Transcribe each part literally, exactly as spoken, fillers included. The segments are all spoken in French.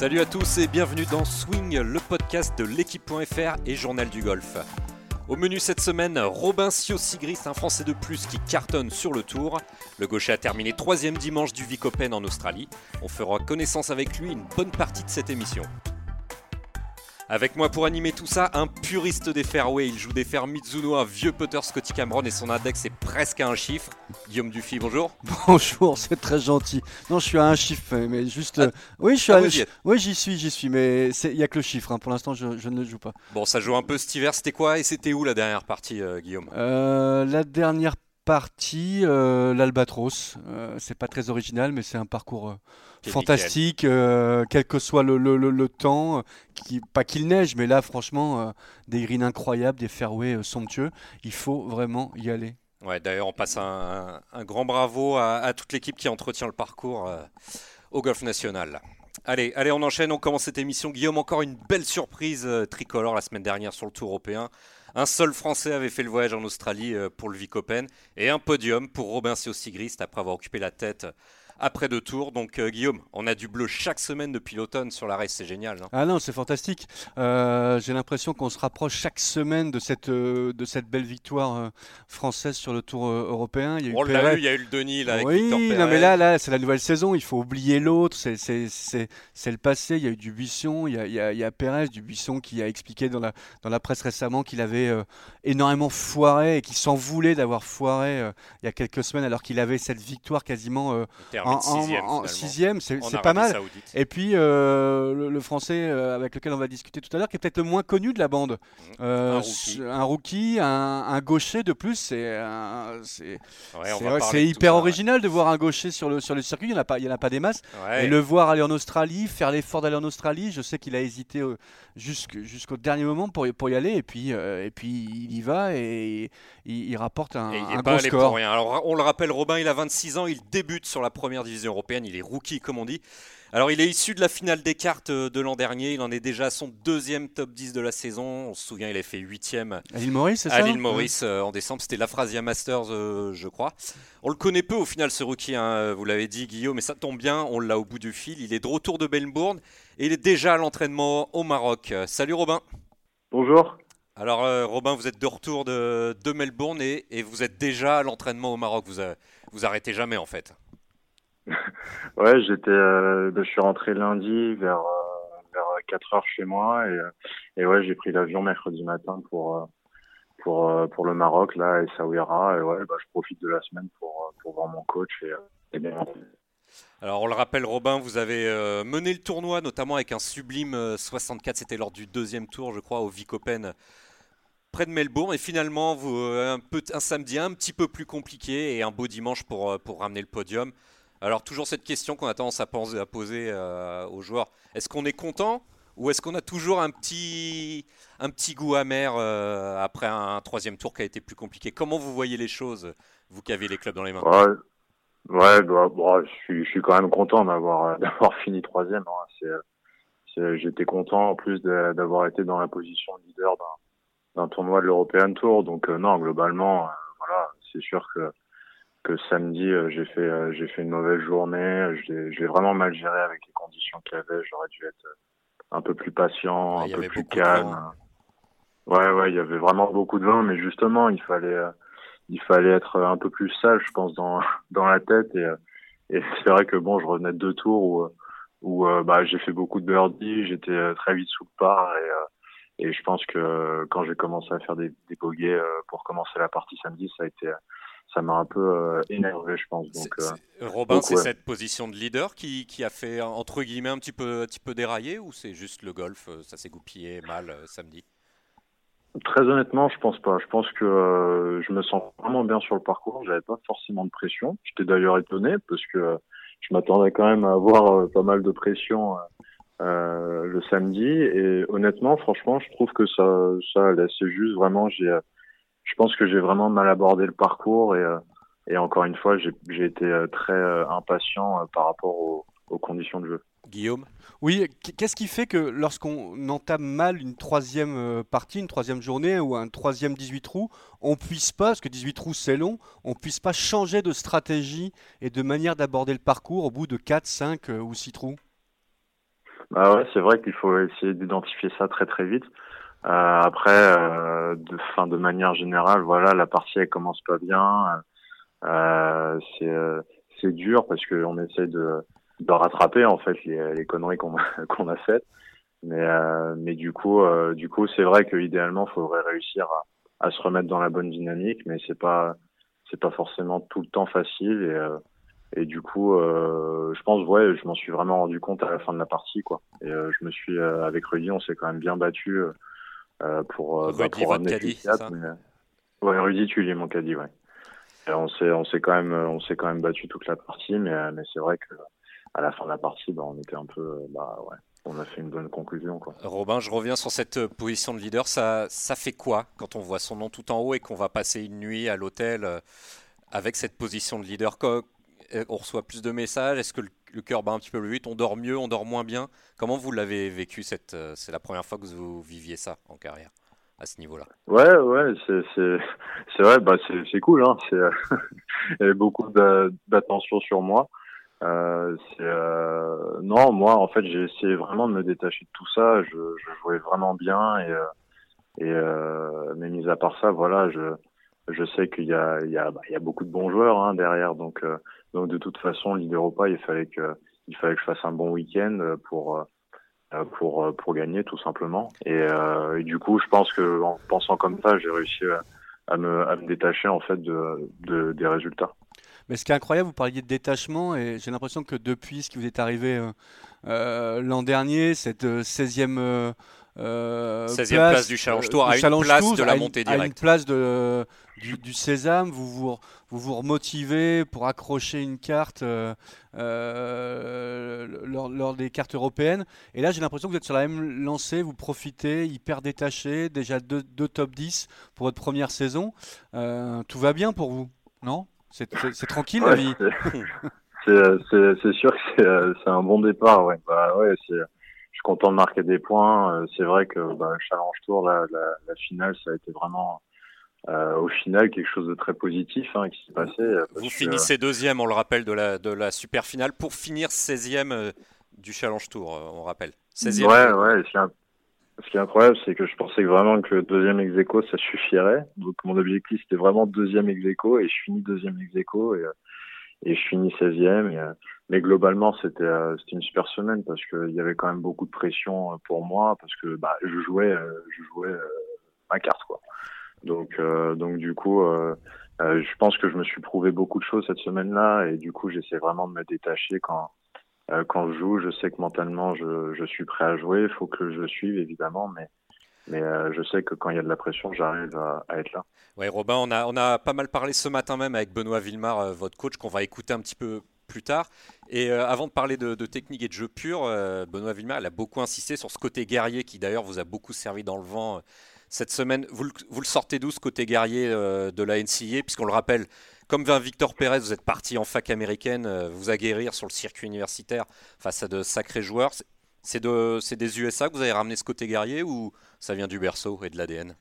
Salut à tous et bienvenue dans Swing, le podcast de l'équipe point F R et Journal du Golf. Au menu cette semaine, Robin Ciot-Siegrist, un Français de plus qui cartonne sur le tour. Le gaucher a terminé troisième dimanche du Vic Open en Australie. On fera connaissance avec lui une bonne partie de cette émission. Avec moi pour animer tout ça, un puriste des fairways. Il joue des fers Mizuno, un vieux putter Scotty Cameron et son index est presque à un chiffre. Guillaume Dufy, bonjour. Bonjour, c'est très gentil. Non, je suis à un chiffre, mais juste... Ah, euh, oui, je suis ah, à... vous y êtes. oui, j'y suis, j'y suis, mais il n'y a que le chiffre. hein. Pour l'instant, je, je ne le joue pas. Bon, ça joue un peu cet hiver, c'était quoi et c'était où la dernière partie, euh, Guillaume? Euh, la dernière partie, euh, l'Albatros. Euh, c'est pas très original, mais c'est un parcours euh, Quel fantastique, euh, quel que soit le, le- le- le temps. euh, Qui, pas qu'il neige, mais là, franchement, euh, des greens incroyables, des fairways euh, somptueux. Il faut vraiment y aller. Ouais, d'ailleurs, on passe un, un- un grand bravo à, à toute l'équipe qui entretient le parcours euh, au Golf National. Allez, allez, on enchaîne, on commence cette émission. Guillaume, encore une belle surprise euh, tricolore la semaine dernière sur le Tour européen. Un seul Français avait fait le voyage en Australie euh, pour le Vic Open et un podium pour Robin Ciot-Siegrist après avoir occupé la tête après deux tours. Donc euh, Guillaume, on a du bleu chaque semaine depuis l'automne sur la race, c'est génial, non? Ah non, c'est fantastique. Euh, j'ai l'impression qu'on se rapproche chaque semaine de cette, euh, de cette belle victoire euh, française sur le Tour euh, européen. Il y a eu On l'a Pérez. eu, il y a eu le Denis là, avec Victor Oui, Pérez. non mais là, là, c'est la nouvelle saison. Il faut oublier l'autre. C'est, c'est, c'est, c'est le passé. Il y a eu Dubuisson, il y a, il y a, il y a Pérez, Dubuisson qui a expliqué dans la, dans la presse récemment qu'il avait euh, énormément foiré et qu'il s'en voulait d'avoir foiré euh, il y a quelques semaines alors qu'il avait cette victoire quasiment euh, Il termine en, en- sixième, en finalement, sixième. C'est, en c'est pas Arabie mal. Saoudite. Et puis euh, le, le français euh, avec lequel on va discuter tout à l'heure, qui est peut-être le moins connu de la bande, Un Euh, rookie. un rookie, un, un gaucher de plus, c'est un- c'est Ouais, on c'est va vrai, parler c'est de tout hyper ça, ouais. original de voir un gaucher sur le sur le circuit. Il n'y en a pas, il y en a pas des masses. Ouais. Et le voir aller en Australie, faire l'effort d'aller en Australie, je sais qu'il a hésité euh, jusqu'- jusqu'au dernier moment pour y, pour y aller, et puis euh, et puis il y va et il, il rapporte un, Et il un n'est gros pas allé score. pour rien. Alors, on le rappelle, Robin, il a vingt-six ans, il débute sur la première division européenne, il est rookie, comme on dit. Alors, il est issu de la finale des cartes euh, de l'an dernier, il en est déjà à son deuxième top dix de la saison. On se souvient, il a fait huitième À l'île Maurice, c'est à ça? l'île Maurice euh, en décembre, c'était l'Afrasia Masters, euh, je crois. On le connaît peu au final, ce rookie, hein, vous l'avez dit, Guillaume, mais ça tombe bien, on l'a au bout du fil. Il est de retour de Melbourne et il est déjà à l'entraînement au Maroc. Euh, Salut Robin. Bonjour. Alors euh, Robin, vous êtes de retour de, de Melbourne et, et vous êtes déjà à l'entraînement au Maroc. Vous, a- vous arrêtez jamais en fait. Ouais, j'étais, euh, ben, je suis rentré lundi vers euh, vers quatre heures chez moi et euh, et ouais, j'ai pris l'avion mercredi matin pour euh, pour euh, pour le Maroc là et Essaouira et ouais, bah, je profite de la semaine pour euh, pour voir mon coach et, euh, et bien. Alors on le rappelle Robin, vous avez euh, mené le tournoi notamment avec un sublime euh, soixante-quatre, c'était lors du deuxième tour je crois au Vic Open près de Melbourne et finalement vous, euh, un, peu, un samedi un petit peu plus compliqué et un beau dimanche pour, euh, pour ramener le podium. Alors toujours cette question qu'on a tendance à, penser, à poser euh, aux joueurs, est-ce qu'on est content ou est-ce qu'on a toujours un petit, un petit goût amer euh, après un, un troisième tour qui a été plus compliqué? Comment vous voyez les choses, vous qui avez les clubs dans les mains? Ouais, ouais, bah, bon, je suis je suis quand même content d'avoir euh, d'avoir fini troisième. Hein. C'est, euh, c'est j'étais content en plus de- d'avoir été dans la position de leader d'un d'un tournoi de l'European Tour. Donc euh, non, globalement, euh, voilà, c'est sûr que que samedi euh, j'ai fait euh, j'ai fait une mauvaise journée, j'ai j'ai vraiment mal géré avec les conditions qu'il y avait, j'aurais dû être euh, un peu plus patient, Ouais, un il y peu avait plus beaucoup de calme. vent. Ouais ouais, il y avait vraiment beaucoup de vent mais justement, il fallait euh, il fallait être un peu plus sage je pense dans dans la tête et euh, et c'est vrai que bon, je revenais de deux tours où euh, où euh, bah j'ai fait beaucoup de birdies, j'étais euh, très vite sous le par et euh, et je pense que euh, quand j'ai commencé à faire des des bogeys euh, pour commencer la partie samedi, ça a été ça m'a un peu euh, énervé, je pense. C'est- Donc, euh, c'est- Robin, donc c'est ouais. cette position de leader qui, qui a fait, entre guillemets, un petit peu, un petit peu dérailler ou c'est juste le golf, euh, ça s'est goupillé mal euh, samedi? Très honnêtement, je pense pas. Je pense que euh, je me sens vraiment bien sur le parcours. J'avais pas forcément de pression. J'étais d'ailleurs étonné parce que euh, je m'attendais quand même à avoir euh, pas mal de pression euh, euh, le samedi. Et honnêtement, franchement, je trouve que ça, ça allait. C'est juste vraiment, j'ai, euh, je pense que j'ai vraiment mal abordé le parcours et euh, et encore une fois, j'ai, j'ai été euh, très euh, impatient euh, par rapport aux, aux conditions de jeu. Guillaume? Oui, qu- qu'est-ce qui fait que lorsqu'on entame mal une troisième euh, partie, une troisième journée ou un troisième dix-huit trous, on puisse pas, parce que dix-huit trous c'est long, on puisse pas changer de stratégie et de manière d'aborder le parcours au bout de quatre, cinq euh, ou six trous? Bah ouais, c'est vrai qu'il faut essayer d'identifier ça très très vite. Euh, après, euh, de, fin, de manière générale, voilà, la partie elle commence pas bien. Euh, c'est euh, c'est dur parce qu'on essaie de, de rattraper en fait les, les conneries qu'on a, qu'on a faites. Mais euh, mais du coup, euh, du coup, c'est vrai que idéalement, il faudrait réussir à, à se remettre dans la bonne dynamique, mais c'est pas c'est pas forcément tout le temps facile et euh, et du coup, euh, je pense, ouais, je m'en suis vraiment rendu compte à la fin de la partie, quoi. Et euh, je me suis, euh, avec Rudy, on s'est quand même bien battu euh, pour, euh, bah, Rudy, pour votre ramener caddie, ce c'est quatre. ça? Mais ouais, Rudy, tu es mon caddie, ouais. Et on s'est, on s'est quand même, on s'est quand même battu toute la partie, mais, euh, mais c'est vrai que à la fin de la partie, bah, on était un peu, euh, bah ouais, on a fait une bonne conclusion, quoi. Robin, je reviens sur cette euh, position de leader. Ça, ça fait quoi quand on voit son nom tout en haut et qu'on va passer une nuit à l'hôtel euh, avec cette position de leader? Co- euh, On reçoit plus de messages. Est-ce que le, le cœur bat un petit peu plus vite? On dort mieux, on dort moins bien? Comment vous l'avez vécu cette, euh, c'est la première fois que vous viviez ça en carrière à ce niveau-là? Ouais, ouais, c'est, c'est, c'est vrai, bah, c'est, c'est cool, hein. C'est, euh, il y avait beaucoup d'a- d'attention sur moi. Euh, c'est euh, non, moi en fait j'ai essayé vraiment de me détacher de tout ça. Je, je jouais vraiment bien et euh, et euh, mais mis à part ça, voilà, je je sais qu'il y a il y a bah, il y a beaucoup de bons joueurs hein, derrière, donc euh, donc de toute façon leader ou pas, il fallait que il fallait que je fasse un bon week-end pour euh, pour euh, pour gagner tout simplement. Et, euh, et du coup, je pense que en pensant comme ça, j'ai réussi à, à me à me détacher en fait de, de des résultats. Mais ce qui est incroyable, vous parliez de détachement et j'ai l'impression que depuis ce qui vous est arrivé euh, euh, l'an dernier, cette euh, seizième euh, euh, seizième place place du Challenge euh, Tour du à une Challenge place de Tour la à une, montée à une directe. place de, du, du Sésame, vous vous, vous vous remotivez pour accrocher une carte euh, euh, lors, lors des cartes européennes. Et là, j'ai l'impression que vous êtes sur la même lancée, vous profitez, hyper détaché, déjà deux, deux top dix pour votre première saison. Euh, tout va bien pour vous, non? C'est c'est- c'est tranquille la Ouais, vie. c'est c'est euh, c'est c'est sûr que c'est euh, c'est un bon départ, ouais. Bah ouais, c'est je suis content de marquer des points. Euh, C'est vrai que bah, Challenge Tour, la, la, la finale, ça a été vraiment euh, au final quelque chose de très positif hein, qui s'est Vous, passé euh, vous parce que euh, finissez deuxième, on le rappelle, de la, de la super finale pour finir seizième euh, du Challenge Tour, euh, on rappelle. seizième ouais de. Ouais. ouais. Ce qui est, ce qui est incroyable, c'est que je pensais vraiment que deuxième ex aequo ça suffirait. Donc mon objectif c'était vraiment deuxième ex aequo et je finis deuxième ex aequo et, euh, et je finis seizième. Et, euh, mais globalement c'était euh, c'était une super semaine parce que il y avait quand même beaucoup de pression euh, pour moi parce que bah je jouais euh, je jouais euh, ma carte quoi. Donc, euh, donc du coup, euh, euh, je pense que je me suis prouvé beaucoup de choses cette semaine-là et du coup, j'essaie vraiment de me détacher quand euh, quand je joue. Je sais que mentalement, je, je suis prêt à jouer. Il faut que je suive évidemment, mais mais euh, je sais que quand il y a de la pression, j'arrive à, à être là. Ouais, Robin, on a, on a pas mal parlé ce matin même avec Benoît Villemar, euh, votre coach, qu'on va écouter un petit peu plus tard. Et euh, avant de parler de, de technique et de jeu pur, euh, Benoît Villemar, il a beaucoup insisté sur ce côté guerrier qui d'ailleurs vous a beaucoup servi dans le vent euh, cette semaine. Vous le, vous le sortez d'où ce côté guerrier euh, de la N C A A, puisqu'on le rappelle, comme vers Victor Pérez, vous êtes parti en fac américaine, euh, vous aguerrir sur le circuit universitaire face à de sacrés joueurs. C'est c'est de, c'est des U S A que vous avez ramené ce côté guerrier ou ça vient du berceau et de l'A D N?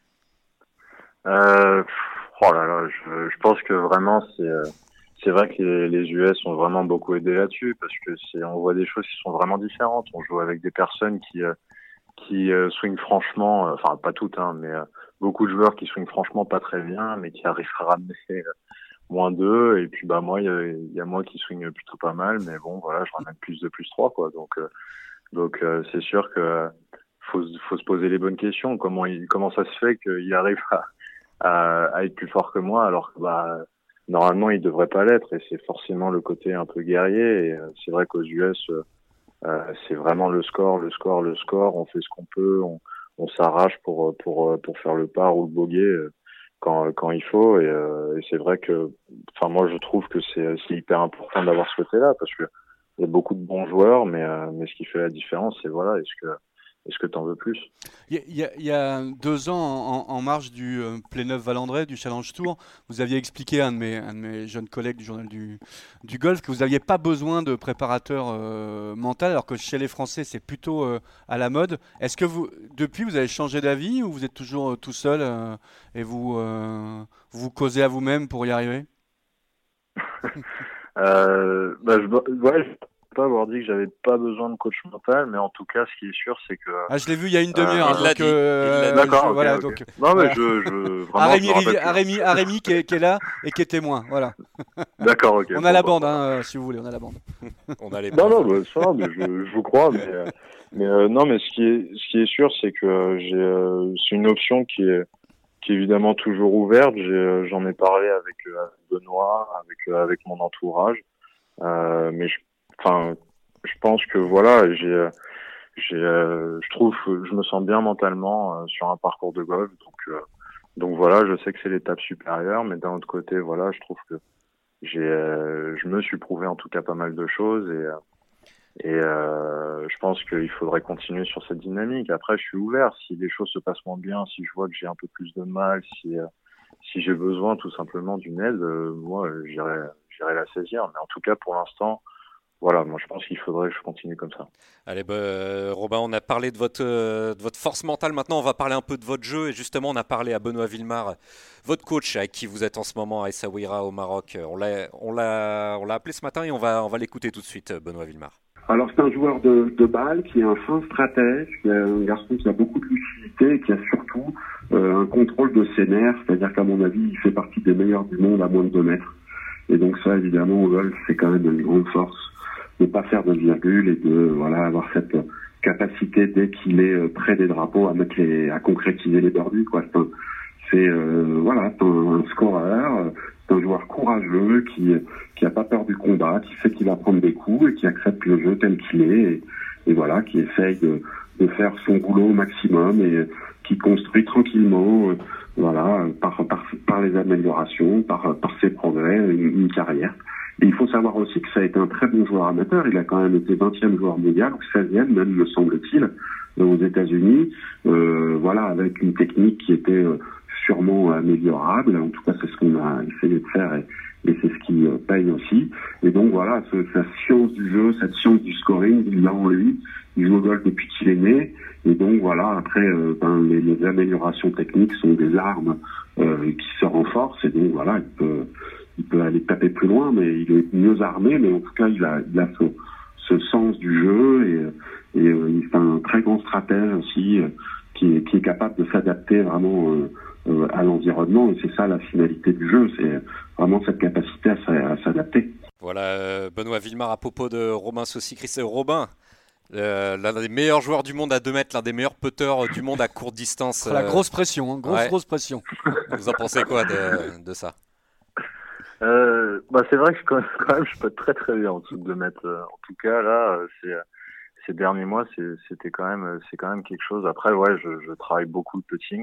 Euh, pff, oh là là, je, je pense que vraiment c'est euh, c'est vrai que les, les U S ont vraiment beaucoup aidé là-dessus parce que c'est on voit des choses qui sont vraiment différentes. On joue avec des personnes qui euh, qui euh, swing franchement, euh, enfin pas toutes, hein, mais euh, beaucoup de joueurs qui swing franchement pas très bien, mais qui arrivent à ramener euh, moins deux. Et puis bah moi, il y a, il y a moi qui swing plutôt pas mal, mais bon voilà, je ramène plus de plus trois quoi. Donc euh, donc euh, c'est sûr que euh, faut faut se poser les bonnes questions. Comment il, comment ça se fait qu'il arrive à, à à être plus fort que moi alors que bah normalement il devrait pas l'être. Et c'est forcément le côté un peu guerrier. Et euh, c'est vrai qu'aux U S euh, euh, c'est vraiment le score, le score, le score. On fait ce qu'on peut, on, on s'arrache pour pour pour faire le par ou le bogey euh, quand quand il faut. Et, euh, et c'est vrai que, enfin moi je trouve que c'est c'est hyper important d'avoir ce côté-là parce que il y a beaucoup de bons joueurs, mais euh, mais ce qui fait la différence, c'est voilà, est-ce que est-ce que t'en veux plus? Il y a, il y a- il y a deux ans, en, en marge du euh, Pléneuf Valandré, du Challenge Tour, vous aviez expliqué à un de mes, un de mes jeunes collègues du journal du, du golf que vous n'aviez pas besoin de préparateur euh, mental, alors que chez les Français, c'est plutôt euh, à la mode. Est-ce que vous, depuis, vous avez changé d'avis ou vous êtes toujours euh, tout seul euh, et vous, euh, vous causez à vous-même pour y arriver? Euh, bah, je, ouais, pas avoir dit que j'avais pas besoin de coach mental, mais en tout cas, ce qui est sûr, c'est que. Ah, je l'ai vu il y a une demi-heure. Euh, hein, il l'a donc, dit, euh, il l'a dit. D'accord, je- ok, voilà, ok. donc, Non, mais voilà. je, je, À vraiment, je Rémi, me rappelle Rivi- plus. à Rémi- à Rémi qui, est, qui est là et qui est témoin. Voilà. D'accord, ok. On bon, a la bah, bande, voilà. hein, euh, si vous voulez, on a la bande. On a les Non, non, preuves. bah, ça, mais je, je vous crois, mais, euh, mais euh, non, mais ce qui est, ce qui est sûr, c'est que euh, j'ai, euh, c'est une option qui est, qui est évidemment toujours ouverte. J'ai, euh, j'en ai parlé avec, euh, avec Benoît, avec, euh, avec mon entourage, euh, mais je, enfin, je pense que voilà, j'ai, euh, j'ai, euh, je trouve, que je me sens bien mentalement euh, sur un parcours de golf, donc, euh, donc voilà, je sais que c'est l'étape supérieure, mais d'un autre côté, voilà, je trouve que j'ai, euh, je me suis prouvé en tout cas pas mal de choses et euh, et euh, je pense qu'il faudrait continuer sur cette dynamique. Après, je suis ouvert. Si les choses se passent moins bien, si je vois que j'ai un peu plus de mal, si euh, si j'ai besoin tout simplement d'une aide, euh, moi, euh, j'irai j'irai la saisir. Mais en tout cas, pour l'instant, voilà, moi, je pense qu'il faudrait que je continue comme ça. Allez, bah, euh, Robin, on a parlé de votre, euh, de votre force mentale. Maintenant, on va parler un peu de votre jeu. Et justement, on a parlé à Benoît Villemar, votre coach avec qui vous êtes en ce moment à Essaouira au Maroc. On l'a, on l'a, on l'a appelé ce matin et on va, on va l'écouter tout de suite, Benoît Villemar. Alors c'est un joueur de, de balle qui est un fin stratège, qui est un garçon qui a beaucoup de lucidité et qui a surtout euh, un contrôle de ses nerfs, c'est-à-dire qu'à mon avis, il fait partie des meilleurs du monde à moins de deux mètres. Et donc ça, évidemment, au golf, c'est quand même une grande force de pas faire de virgule et de voilà avoir cette capacité dès qu'il est près des drapeaux à mettre les, à concrétiser les birdies, quoi. C'est un, c'est euh, voilà, c'est un, un scoreur, c'est un joueur courageux qui qui a pas peur du combat, qui sait qu'il va prendre des coups et qui accepte le jeu tel qu'il est et, et voilà, qui essaye de, de faire son boulot au maximum et qui construit tranquillement, euh, voilà, par, par par les améliorations, par par ses progrès, une, une carrière. Et il faut savoir aussi que ça a été un très bon joueur amateur. Il a quand même été vingtième joueur mondial, ou seizième même, me semble-t-il, aux États-Unis. Euh, voilà, avec une technique qui était euh, sûrement améliorable. En tout cas, c'est ce qu'on a essayé de faire et, et c'est ce qui euh, paye aussi. Et donc voilà, ce, sa science du jeu, cette science du scoring, il l'a en lui. Il joue au golf depuis qu'il est né. Et donc voilà, après, euh, ben, les, les améliorations techniques sont des armes euh, qui se renforcent. Et donc voilà, il peut, il peut aller taper plus loin, mais il est mieux armé. Mais en tout cas, il a, il a ce, ce sens du jeu et, et euh, il est un très grand stratège aussi, euh, qui, est, qui est capable de s'adapter vraiment euh, euh, à l'environnement. Et c'est ça la finalité du jeu, c'est vraiment cette capacité à, à s'adapter. Voilà, euh, Benoît Villemar à propos de Robin Saucy-Chris. Euh, Robin, euh, l'un des meilleurs joueurs du monde à deux mètres, l'un des meilleurs putters du monde à courte distance. La euh, grosse pression, hein, grosse, ouais. grosse pression. Vous en pensez quoi de, de ça? Euh, bah c'est vrai que je, quand même je peux très très bien en dessous de deux mètres. En tout cas là, c'est ces derniers mois, c'est, c'était quand même c'est quand même quelque chose. Après ouais, je, je travaille beaucoup le putting,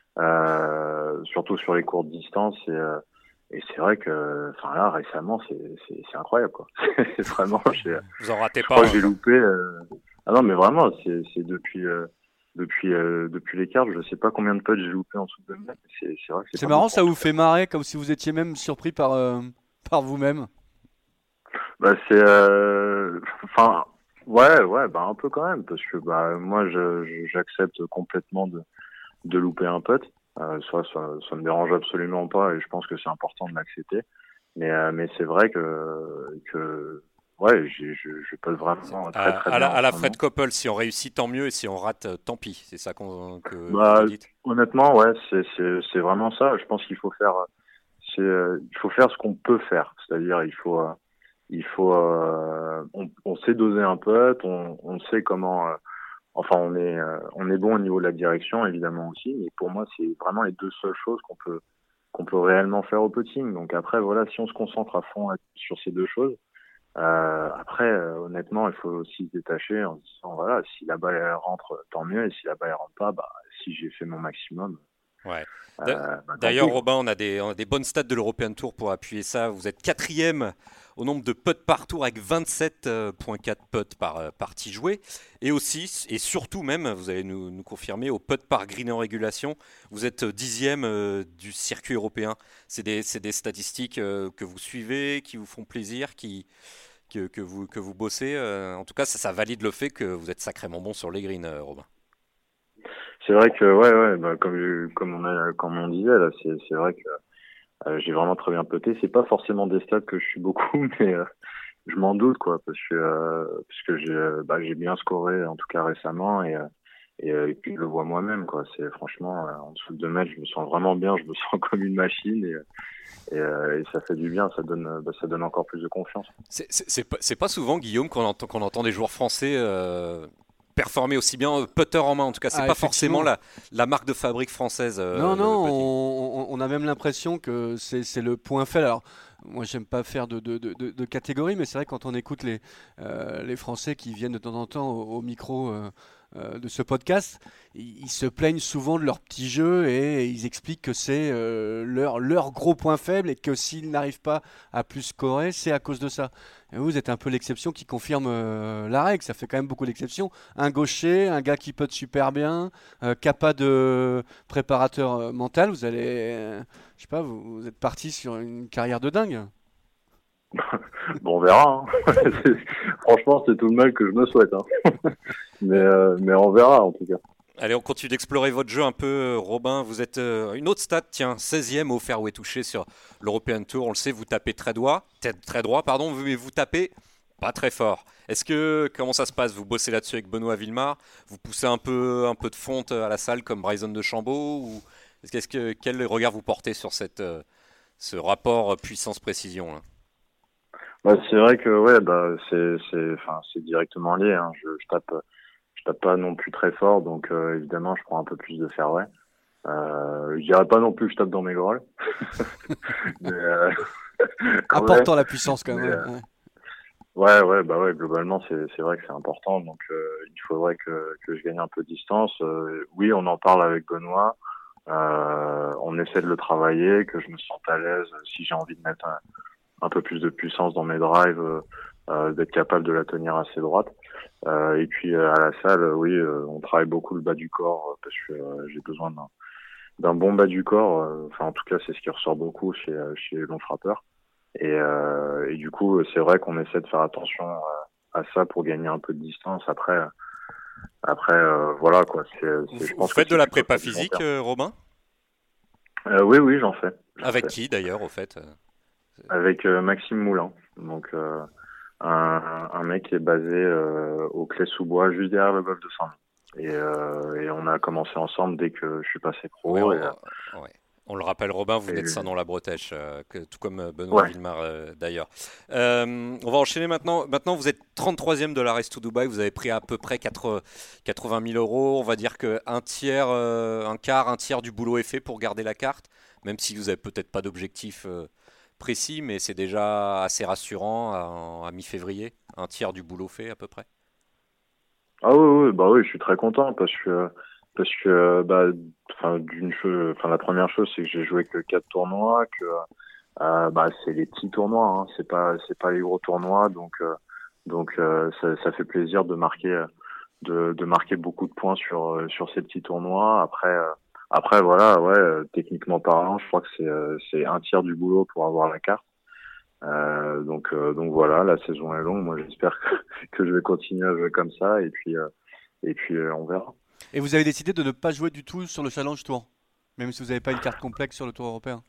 euh, surtout sur les courtes distances et euh, et c'est vrai que enfin là récemment c'est c'est, c'est incroyable quoi. C'est vraiment j'ai, Vous en ratez je pas. crois que Hein. j'ai loupé. Euh... Ah non mais vraiment c'est c'est depuis euh, depuis euh, depuis les cartes, je sais pas combien de putts j'ai loupé en dessous de deux mètres. C'est c'est vrai que c'est, C'est pas marrant, beaucoup, ça vous fait marrer, comme si vous étiez même surpris par, euh, par vous-même. Bah c'est euh... enfin ouais ouais bah un peu quand même parce que bah moi je, je j'accepte complètement de de louper un putt, euh, ça, ça ça me dérange absolument pas et je pense que c'est important de l'accepter, mais euh, mais c'est vrai que que ouais j'ai je je peux vraiment très À, très à bien la, à la en ce moment. Fred Coppel, si on réussit, tant mieux, et si on rate, euh, tant pis. C'est ça qu'on, que, que Bah vous dites. honnêtement ouais c'est c'est c'est vraiment ça. Je pense qu'il faut faire c'est euh, il faut faire ce qu'on peut faire, c'est-à-dire il faut euh, il faut euh, on, on sait doser un putt, on, on sait comment euh, enfin on est euh, on est bon au niveau de la direction évidemment aussi, mais pour moi c'est vraiment les deux seules choses qu'on peut qu'on peut réellement faire au putting. Donc après voilà, si on se concentre à fond sur ces deux choses, euh, après euh, honnêtement il faut aussi se détacher en se disant voilà, si la balle elle rentre tant mieux et si la balle elle rentre pas, bah si j'ai fait mon maximum. Ouais. Euh, bah, D'ailleurs, pis, Robin, on a, des, on a des bonnes stats de l'European Tour pour appuyer ça. Vous êtes quatrième au nombre de putts par tour avec vingt-sept virgule quatre putts par partie jouée. Et aussi, et surtout même, vous allez nous, nous confirmer, au putt par green en régulation, vous êtes dixième euh, du circuit européen. C'est des, c'est des statistiques euh, que vous suivez, qui vous font plaisir, qui, que, que, vous, que vous bossez. Euh, en tout cas, ça, ça valide le fait que vous êtes sacrément bon sur les greens, euh, Robin. C'est vrai que ouais ouais bah, comme comme on a comme on disait là c'est c'est vrai que euh, j'ai vraiment très bien putté. C'est pas forcément des stats que je suis beaucoup mais euh, je m'en doute, quoi, parce que euh, parce que j'ai euh, bah, j'ai bien scoré en tout cas récemment et euh, et, euh, et puis je le vois moi-même, quoi. C'est franchement euh, en dessous de deux mètres, je me sens vraiment bien, je me sens comme une machine et et, euh, et ça fait du bien, ça donne euh, bah, ça donne encore plus de confiance. C'est c'est- c'est pas, c'est pas souvent, Guillaume, qu'on entend, qu'on entend des joueurs français euh, performer aussi bien euh, putter en main. En tout cas, c'est Ah, pas forcément effectivement. la, la marque de fabrique française, Non, euh, non, le, le putting. on, on- on a même l'impression que c'est c'est le point faible. Alors, moi, j'aime pas faire de, de, de, de- de catégorie, mais c'est vrai que quand on écoute les, euh, les Français qui viennent de temps en temps au, au micro euh, euh, de ce podcast, ils, ils se plaignent souvent de leur petit jeu et ils expliquent que c'est euh, leur, leur gros point faible et que s'ils n'arrivent pas à plus scorer, c'est à cause de ça. Et vous, vous êtes un peu l'exception qui confirme euh, la règle. Ça fait quand même beaucoup d'exceptions. Un gaucher, un gars qui putt super bien, euh, capable de préparateur euh, mental, vous allez, euh, je sais pas, vous, vous êtes parti sur une carrière de dingue. Bon, on verra. Hein. C'est- Franchement, c'est tout le mal que je me souhaite. Hein. Mais euh, mais on verra en tout cas. Allez, on continue d'explorer votre jeu un peu, euh, Robin. Vous êtes euh, une autre stat, tiens, seizième au fairway touché sur l'European Tour. On le sait, vous tapez très droit, peut-être très droit, pardon, mais vous tapez pas très fort. Est-ce que comment ça se passe? Vous bossez là-dessus avec Benoît Villemar? Vous poussez un peu, un peu de fonte à la salle comme Bryson DeChambeau ou est-ce que quel regard vous portez sur cette, euh, ce rapport puissance-précision là? Bah, c'est vrai que ouais, bah c'est c'est enfin c'est directement lié. Hein. Je, je tape je tape pas non plus très fort, donc euh, évidemment je prends un peu plus de fairway. Euh, je dirais pas non plus que je tape dans mes grolles, mais euh, quand même. Important la puissance quand Mais, même. euh, Ouais, ouais. ouais, ouais, bah ouais, globalement c'est c'est vrai que c'est important, donc euh, il faudrait que que je gagne un peu de distance. Euh, oui, on en parle avec Benoît. Euh, on essaie de le travailler, que je me sente à l'aise si j'ai envie de mettre un, un peu plus de puissance dans mes drives, euh, euh, d'être capable de la tenir assez droite. Euh, et puis euh, à la salle, euh, oui, euh, on travaille beaucoup le bas du corps euh, parce que euh, j'ai besoin d'un d'un bon bas du corps. euh, Enfin, en tout cas, c'est ce qui ressort beaucoup chez euh, chez les longs frappeurs. Et, euh, et du coup, c'est vrai qu'on essaie de faire attention euh, à ça pour gagner un peu de distance. Après, euh, après, euh, voilà quoi. C'est, Vous, c'est, je vous pense que faites de c'est la plutôt prépa sur du long physique, terme. euh, Robin? Euh, oui, oui, j'en fais. J'en Avec fais. qui d'ailleurs, au fait? Avec euh, Maxime Moulin. Donc, euh, un, un mec qui est basé euh, au Clé-sous-Bois, juste derrière le golfe de Saint-Denis. Et, euh, et on a commencé ensemble dès que je suis passé Ouais, pro. on, Et, on- ouais. On le rappelle, Robin, vous venez de et Saint-Nom-la-Bretèche, euh, que- tout comme euh, Benoît ouais. Villemar euh, d'ailleurs. Euh, on va enchaîner maintenant. Maintenant, vous êtes trente-troisième de la Race to Dubai. Vous avez pris à peu près quatre-vingt mille euros. On va dire qu'un tiers, euh, un quart, un tiers du boulot est fait pour garder la carte, même si vous n'avez peut-être pas d'objectif euh, précis, mais c'est déjà assez rassurant à, à mi-février. Un tiers du boulot fait à peu près. Ah oui, oui, bah oui, je suis très content parce que parce que bah, enfin d'une chose, enfin la première chose c'est que j'ai joué que quatre tournois, que euh, bah c'est les petits tournois, hein, c'est pas c'est pas les gros tournois, donc euh, donc euh, ça, ça fait plaisir de marquer de de marquer beaucoup de points sur euh, sur ces petits tournois. Après euh, après voilà, ouais, euh, techniquement parlant, je crois que c'est euh, c'est un tiers du boulot pour avoir la carte. Euh, donc euh, donc voilà, la saison est longue. Moi j'espère que, que je vais continuer à jouer comme ça et puis euh, et puis euh, on verra. Et vous avez décidé de ne pas jouer du tout sur le Challenge Tour, même si vous n'avez pas une carte complexe sur le Tour européen.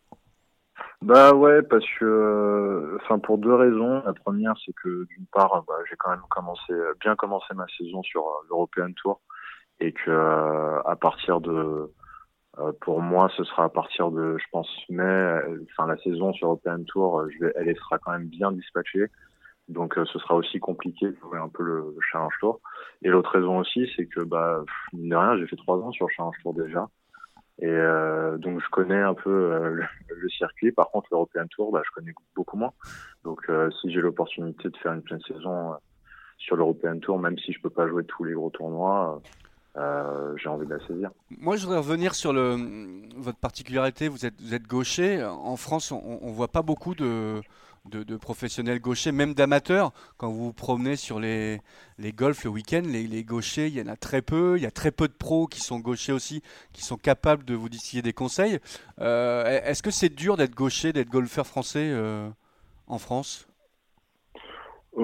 Bah ouais, parce que euh, enfin pour deux raisons. La première c'est que d'une part bah, j'ai quand même commencé bien commencé ma saison sur euh, l'European Tour et que euh, à partir de euh, pour moi ce sera à partir de je pense mai, euh, enfin la saison sur l'European Tour, euh, je vais elle sera quand même bien dispatchée. Donc euh, ce sera aussi compliqué de jouer un peu le, le Challenge Tour. Et l'autre raison aussi, c'est que bah pff, mine de rien, j'ai fait trois ans sur le Challenge Tour déjà. Et euh, donc je connais un peu euh, le, le circuit. Par contre, l'European Tour, bah, je connais beaucoup moins. Donc euh, si j'ai l'opportunité de faire une pleine saison euh, sur l'European Tour, même si je peux pas jouer tous les gros tournois, euh, j'ai envie de la saisir. Moi, je voudrais revenir sur le, votre particularité. Vous êtes, vous êtes gaucher. En France, on ne voit pas beaucoup de, de, de professionnels gauchers, même d'amateurs. Quand vous vous promenez sur les, les golfs le week-end, les, les gauchers, il y en a très peu. Il y a très peu de pros qui sont gauchers aussi, qui sont capables de vous distiller des conseils. Euh, est-ce que c'est dur d'être gaucher, d'être golfeur français euh, en France? Euh,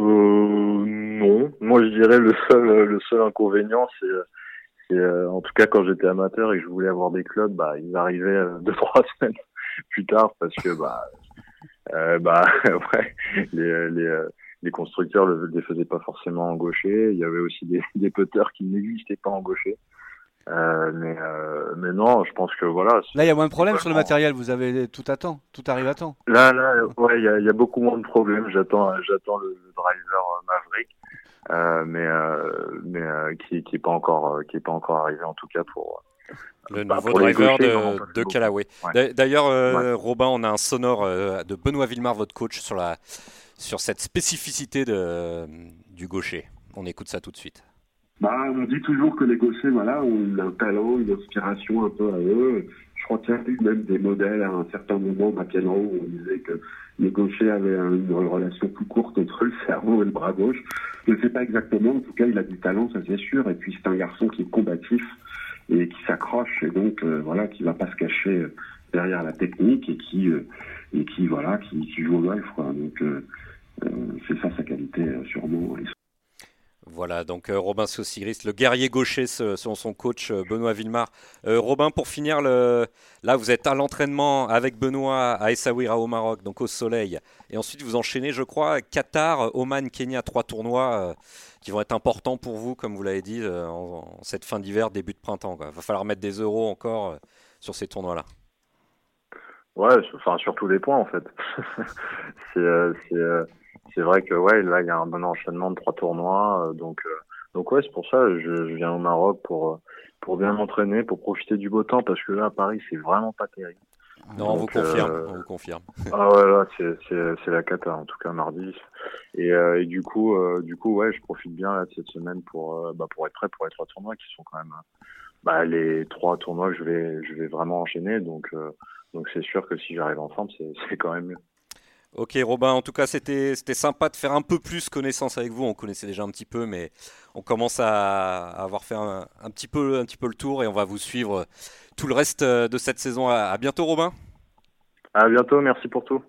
non, moi je dirais le seul le seul inconvénient, c'est Et euh, en tout cas, quand j'étais amateur et que je voulais avoir des clubs, bah, ils arrivaient euh, deux trois semaines plus tard parce que bah, euh, bah, ouais, les les, euh, les constructeurs ne les faisaient pas forcément en gaucher. Il y avait aussi des, des putters qui n'existaient pas en gaucher. Euh, mais, euh, mais non, je pense que voilà. Là, il y a moins de problèmes sur le vraiment... matériel. Vous avez tout à temps, tout arrive à temps. Là, là, ouais, il y a, y a beaucoup moins de problèmes. J'attends, j'attends le, le driver Maverick, euh, mais euh, mais euh, qui qui est pas encore, qui est pas encore arrivé en tout cas pour. Le bah, nouveau pour driver gauchers, de, de Callaway. Ouais. D'ailleurs, euh, ouais. Robin, on a un sonore euh, de Benoît Villemar, votre coach, sur la sur cette spécificité de du gaucher. On écoute ça tout de suite. Bah, on dit toujours que les gauchers, voilà, ont un talent, une inspiration un peu à eux. Je crois qu'il y a eu même des modèles à un certain moment, McEnroe, où on disait que les gauchers avaient une relation plus courte entre le cerveau et le bras gauche. Je ne sais pas exactement, en tout cas, il a du talent, ça c'est sûr. Et puis c'est un garçon qui est combatif et qui s'accroche, et donc euh, voilà, qui va pas se cacher derrière la technique et qui euh, et qui voilà, qui, qui joue au golf, quoi. Donc euh, euh, c'est ça sa qualité, euh, sûrement. Voilà, donc euh, Robin Saucigris, le guerrier gaucher selon son coach euh, Benoît Villemar. Euh, Robin, pour finir, le... là vous êtes à l'entraînement avec Benoît à Essaouira au Maroc, donc au soleil. Et ensuite vous enchaînez, je crois, Qatar, Oman, Kenya, trois tournois euh, qui vont être importants pour vous, comme vous l'avez dit, euh, en, en cette fin d'hiver, début de printemps. Il va falloir mettre des euros encore euh, sur ces tournois-là. Ouais, enfin sur tous les points en fait. c'est... Euh, c'est euh... C'est vrai que ouais, là il y a un bon enchaînement de trois tournois, euh, donc euh, donc ouais, c'est pour ça je, je viens au Maroc pour pour bien m'entraîner, pour profiter du beau temps, parce que là à Paris c'est vraiment pas terrible. Non, donc, on vous confirme, euh, on vous confirme. Ah ouais, là c'est c'est c'est la cata en tout cas mardi. Et euh, et du coup euh, du coup ouais, je profite bien là de cette semaine pour euh, bah pour être prêt pour les trois tournois qui sont quand même bah les trois tournois que je vais je vais vraiment enchaîner, donc euh, donc c'est sûr que si j'arrive en forme, c'est c'est quand même mieux. Ok Robin, en tout cas c'était c'était sympa de faire un peu plus connaissance avec vous. On connaissait déjà un petit peu, mais on commence à, à avoir fait un, un petit peu un petit peu le tour et on va vous suivre tout le reste de cette saison. À, à bientôt Robin. À bientôt, merci pour tout.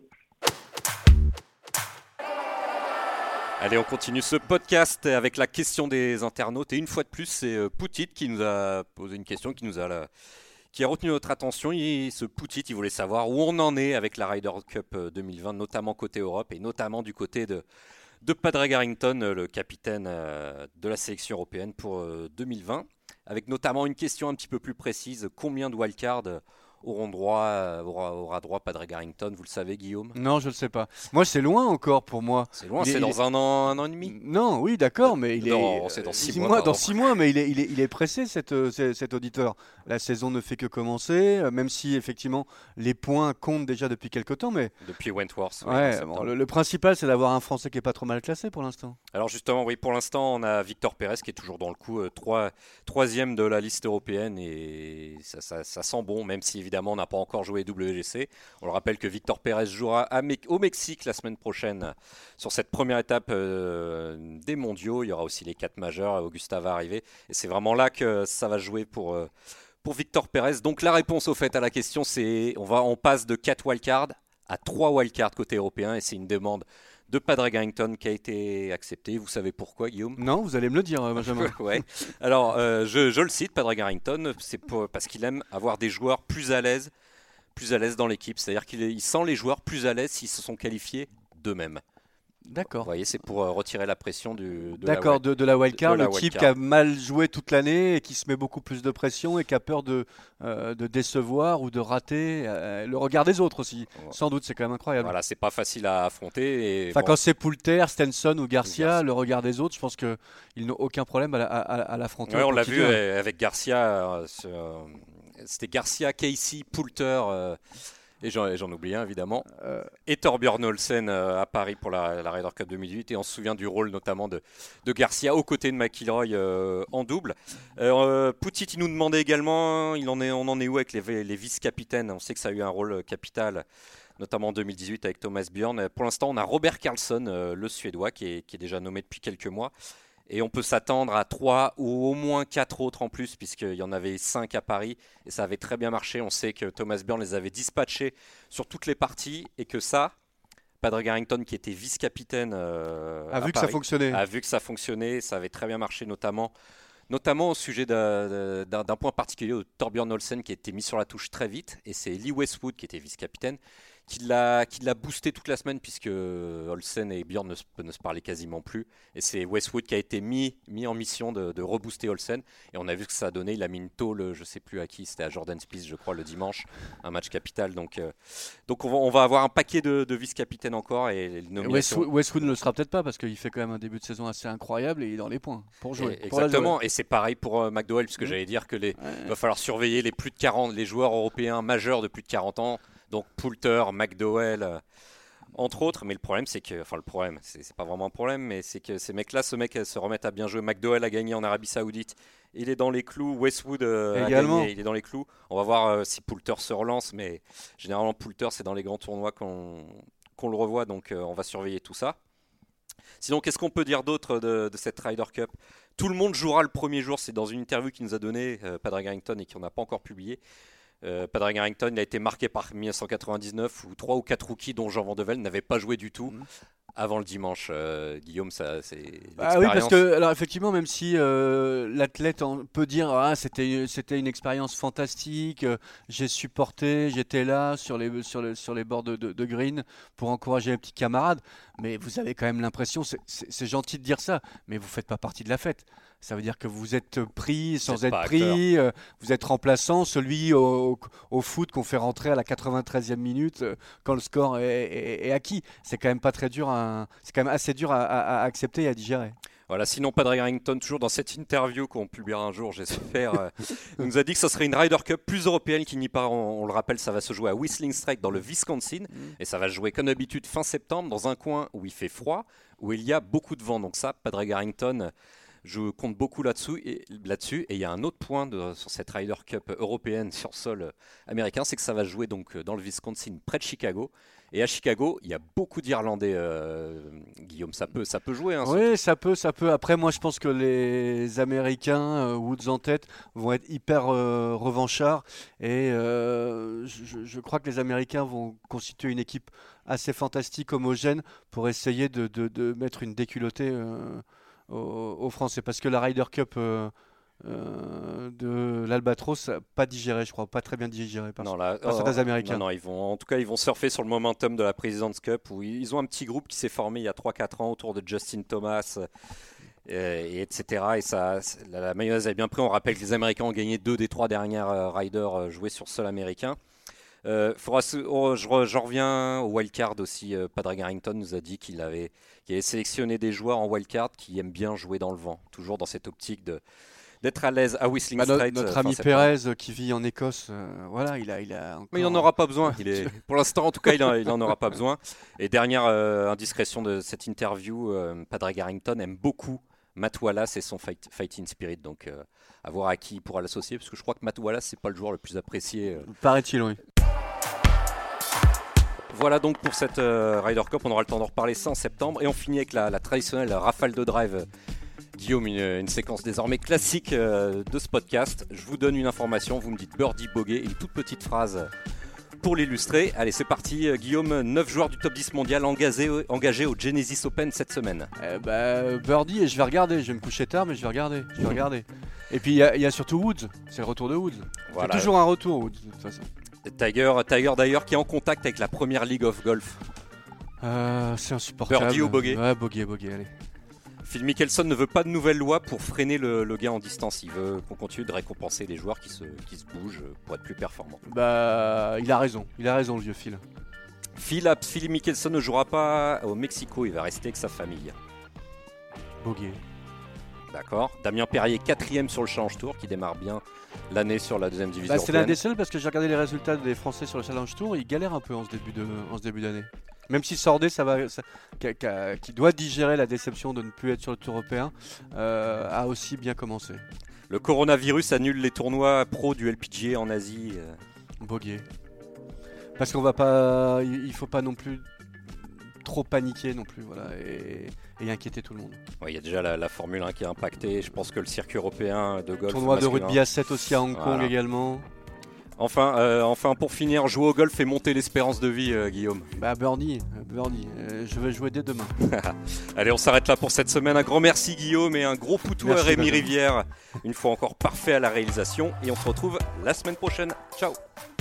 Allez, on continue ce podcast avec la question des internautes et une fois de plus c'est Poutit qui nous a posé une question qui nous a la... qui a retenu notre attention. Il, ce Poutit, il voulait savoir où on en est avec la Ryder Cup deux mille vingt, notamment côté Europe et notamment du côté de, de Padraig Harrington, le capitaine de la sélection européenne pour deux mille vingt, avec notamment une question un petit peu plus précise, combien de wildcards auront droit, aura, aura droit Padraig Harrington, vous le savez Guillaume? Non, je ne le sais pas. Moi, c'est loin encore pour moi. C'est loin, il c'est est, dans un an, un an et demi. Non, oui, d'accord, mais il non, est. C'est dans six, six mois. mois dans six mois, mais il est, il est, il est pressé cet, cet auditeur. La saison ne fait que commencer, même si effectivement les points comptent déjà depuis quelque temps, mais. Depuis Wentworth. Ouais, bon, le, le principal, c'est d'avoir un Français qui est pas trop mal classé pour l'instant. Alors justement, oui, pour l'instant, on a Victor Pérez qui est toujours dans le coup, euh, trois, troisième de la liste européenne et ça, ça, ça sent bon, même si évidemment on n'a pas encore joué W G C. On le rappelle que Victor Pérez jouera à Me- au Mexique la semaine prochaine sur cette première étape euh, des mondiaux. Il y aura aussi les quatre majeurs, Augusta va arriver et c'est vraiment là que ça va jouer pour, euh, pour Victor Pérez. Donc la réponse au fait à la question, c'est on, va, on passe de quatre wildcards à trois wildcards côté européen et c'est une demande de Padraig Harrington qui a été accepté. Vous savez pourquoi, Guillaume? Non, vous allez me le dire, Benjamin. Ouais. Alors, euh, je, je le cite, Padraig Harrington, c'est pour, parce qu'il aime avoir des joueurs plus à l'aise, plus à l'aise dans l'équipe. C'est-à-dire qu'il il sent les joueurs plus à l'aise s'ils se sont qualifiés d'eux-mêmes. D'accord. Vous voyez, c'est pour euh, retirer la pression du, de, D'accord, la, de, de la wildcard, de la le type wildcard. qui a mal joué toute l'année et qui se met beaucoup plus de pression et qui a peur de, euh, de décevoir ou de rater euh, le regard des autres aussi. Ouais. Sans doute, c'est quand même incroyable. Voilà, c'est pas facile à affronter. Et enfin, bon, quand c'est Poulter, Stenson ou Garcia, Garcia, le regard des autres, je pense qu'ils n'ont aucun problème à, à, à l'affronter. Ouais, on l'a vu avec Garcia. Euh, euh, c'était Garcia, Casey, Poulter. Euh, Et j'en, j'en oublie un évidemment. Euh, et Torbjörn Olsen euh, à Paris pour la, la Ryder Cup deux mille huit. Et on se souvient du rôle notamment de, de Garcia aux côtés de McIlroy euh, en double. Euh, Poutit, il nous demandait également, il en est, on en est où avec les, les vice-capitaines? On sait que ça a eu un rôle capital, notamment en deux mille dix-huit avec Thomas Björn. Pour l'instant, on a Robert Karlsson, euh, le Suédois, qui est, qui est déjà nommé depuis quelques mois. Et on peut s'attendre à trois ou au moins quatre autres en plus, puisqu'il y en avait cinq à Paris, et ça avait très bien marché. On sait que Thomas Björn les avait dispatchés sur toutes les parties, et que ça, Padraig Harrington, qui était vice-capitaine euh, a vu Paris, que ça fonctionnait. a vu que ça fonctionnait, ça avait très bien marché, notamment, notamment au sujet d'un, d'un, d'un point particulier, Torbjörn Olsen, qui a été mis sur la touche très vite, et c'est Lee Westwood, qui était vice-capitaine, qui l'a, qui l'a boosté toute la semaine, puisque Olsen et Björn ne, se- ne se parlaient quasiment plus. Et c'est Westwood qui a été mis, mis en mission de, de rebooster Olsen. Et on a vu ce que ça a donné. Il a mis une tôle, je ne sais plus à qui, c'était à Jordan Spieth, je crois, le dimanche, un match capital. Donc, euh, donc on, va, on va avoir un paquet de, de vice-capitaines encore. Et les nominations. Westwood, Westwood ne le sera peut-être pas parce qu'il fait quand même un début de saison assez incroyable et il est dans les points pour jouer. Et, pour la exactement, jouer. et c'est pareil pour euh, McDowell, puisque Mmh. j'allais dire que les, Ouais. il va falloir surveiller les plus de quarante, les joueurs européens majeurs de plus de quarante ans, donc Poulter, McDowell, euh, entre autres. Mais le problème, c'est que, enfin le problème, c'est, c'est pas vraiment un problème, mais c'est que ces mecs-là, ce mec, se remettent à bien jouer. McDowell a gagné en Arabie Saoudite, il est dans les clous. Westwood euh, a Également. gagné, il est dans les clous. On va voir euh, si Poulter se relance, mais généralement Poulter, c'est dans les grands tournois qu'on, qu'on le revoit, donc euh, on va surveiller tout ça. Sinon, qu'est-ce qu'on peut dire d'autre de, de cette Ryder Cup? Tout le monde jouera le premier jour. C'est dans une interview qu'il nous a donnée, euh, Padraig Harrington, et qu'on n'a pas encore publié. Euh, Padraig Harrington, il a été marqué par mille neuf cent quatre-vingt-dix-neuf, où trois ou quatre rookies, dont Jean Van de Velde, n'avaient pas joué du tout Mhm. avant le dimanche. Euh, Guillaume, ça, c'est l'expérience. Ah oui, parce que alors effectivement, même si euh, l'athlète en- peut dire ah c'était c'était une expérience fantastique, euh, j'ai supporté, j'étais là sur les sur les sur les bords de, de, de green pour encourager les petits camarades, mais vous avez quand même l'impression, c'est- c'est c'est gentil de dire ça, mais vous faites pas partie de la fête. Ça veut dire que vous êtes pris sans êtes être pas pris, euh, vous êtes remplaçant, celui au, au- au foot qu'on fait rentrer à la quatre-vingt-treizième minute euh, quand le score est, est- est acquis. C'est quand même pas très dur, à, c'est quand même assez dur à, à- à accepter et à digérer. Voilà, sinon Padraig Harrington, toujours dans cette interview qu'on publiera un jour, j'espère, euh, nous a dit que ce serait une Ryder Cup plus européenne qui n'y part. On, on le rappelle, ça va se jouer à Whistling Straits dans le Wisconsin, et ça va se jouer comme d'habitude fin septembre dans un coin où il fait froid, où il y a beaucoup de vent. Donc ça, Padraig Harrington, je compte beaucoup là-dessus. Et là-dessus, et il y a un autre point de, sur cette Ryder Cup européenne sur sol américain, c'est que ça va se jouer donc dans le Wisconsin, près de Chicago. Et à Chicago, il y a beaucoup d'Irlandais. euh, Guillaume, ça peut, ça peut jouer. Hein, Oui, ça peut, ça peut. Après, moi, je pense que les Américains, euh, Woods en tête, vont être hyper euh, revanchards. Et euh, je, je crois que les Américains vont constituer une équipe assez fantastique, homogène, pour essayer de, de- de mettre une déculottée euh, aux, aux Français. Parce que la Ryder Cup euh, euh, de l'Albatros, pas digérée, je crois, pas très bien digérée par, Non, là, par certains Américains. Non, non, ils vont, en tout cas, ils vont surfer sur le momentum de la President's Cup où ils ont un petit groupe qui s'est formé il y a trois quatre ans autour de Justin Thomas, euh, et etc. Et ça, la, la mayonnaise est bien pris. On rappelle que les Américains ont gagné deux des trois dernières euh, riders euh, joués sur sol américain. Euh, faudra se- oh, je, re- je reviens au wildcard aussi. Euh, Padraig Harrington nous a dit qu'il avait, qu'il avait sélectionné des joueurs en wildcard qui aiment bien jouer dans le vent, toujours dans cette optique de d'être à l'aise à Whistling Bah, no- Straits. notre euh, ami fin septembre. Pérez euh, qui vit en Écosse, euh, voilà, il a, il a encore... Mais il n'en aura pas besoin. Il est, pour l'instant, en tout cas, il n'en aura pas besoin. Et dernière euh, indiscrétion de cette interview, euh, Padraig Harrington aime beaucoup Matt Wallace et son fight, fighting spirit. Donc, euh, à voir à qui il pourra l'associer, parce que je crois que Matt Wallace, c'est pas le joueur le plus apprécié. euh. Paraît-il, oui. Voilà donc pour cette euh, Ryder Cup. On aura le temps d'en reparler ça en septembre. Et on finit avec la, la traditionnelle rafale de drive. Guillaume, une, une séquence désormais classique euh, de ce podcast. Je vous donne une information, vous me dites birdie, bogey, une toute petite phrase pour l'illustrer. Allez, c'est parti. Euh, Guillaume, neuf joueurs du top dix mondial engagés, engagés au Genesis Open cette semaine. Eh bah, Birdie, et je vais regarder. Je vais me coucher tard, mais je vais regarder. Je vais regarder. Et puis il y, a- il y a surtout Woods. C'est le retour de Woods. Voilà. C'est toujours un retour, Woods, de toute façon. Tiger, Tiger d'ailleurs qui est en contact avec la première League of Golf. Euh, c'est insupportable. Birdie ou bogey? Ouais, bogey, bogey, allez. Phil Mickelson ne veut pas de nouvelles lois pour freiner le, le gain en distance. Il veut qu'on continue de récompenser les joueurs qui se, qui se bougent pour être plus performants. Bah, il a raison. Il a raison, le vieux Phil. Phil, Phil Mickelson ne jouera pas au Mexico, il va rester avec sa famille. Bogey. D'accord. Damien Perrier, quatrième sur le Challenge Tour, qui démarre bien l'année sur la deuxième division Bah, c'est l'un européenne. des seuls parce que j'ai regardé les résultats des Français sur le Challenge Tour. Ils galèrent un peu en ce début de, en ce début d'année. Même si Sordet, ça va, ça- qui, qui a- qui doit digérer la déception de ne plus être sur le Tour européen, euh, a aussi bien commencé. Le coronavirus annule les tournois pro du L P G A en Asie. euh. Bogey. Parce qu'on va pas, il il faut pas non plus trop paniquer non plus, voilà, et, et inquiéter tout le monde. Ouais, il y a déjà la, la Formule un qui est impactée. Je pense que le circuit européen de golf. Tournoi de masculin- rugby à sept aussi à Hong Kong Voilà. également. Enfin, euh, enfin, pour finir, jouer au golf et monter l'espérance de vie, euh, Guillaume. Bah Birdie, euh, Birdie, euh, je vais jouer dès demain. Allez, on s'arrête là pour cette semaine. Un grand merci, Guillaume, et un gros poutou à Merci, Rémi Benjamin. Rivière. Une fois encore parfait à la réalisation. Et on se retrouve la semaine prochaine. Ciao.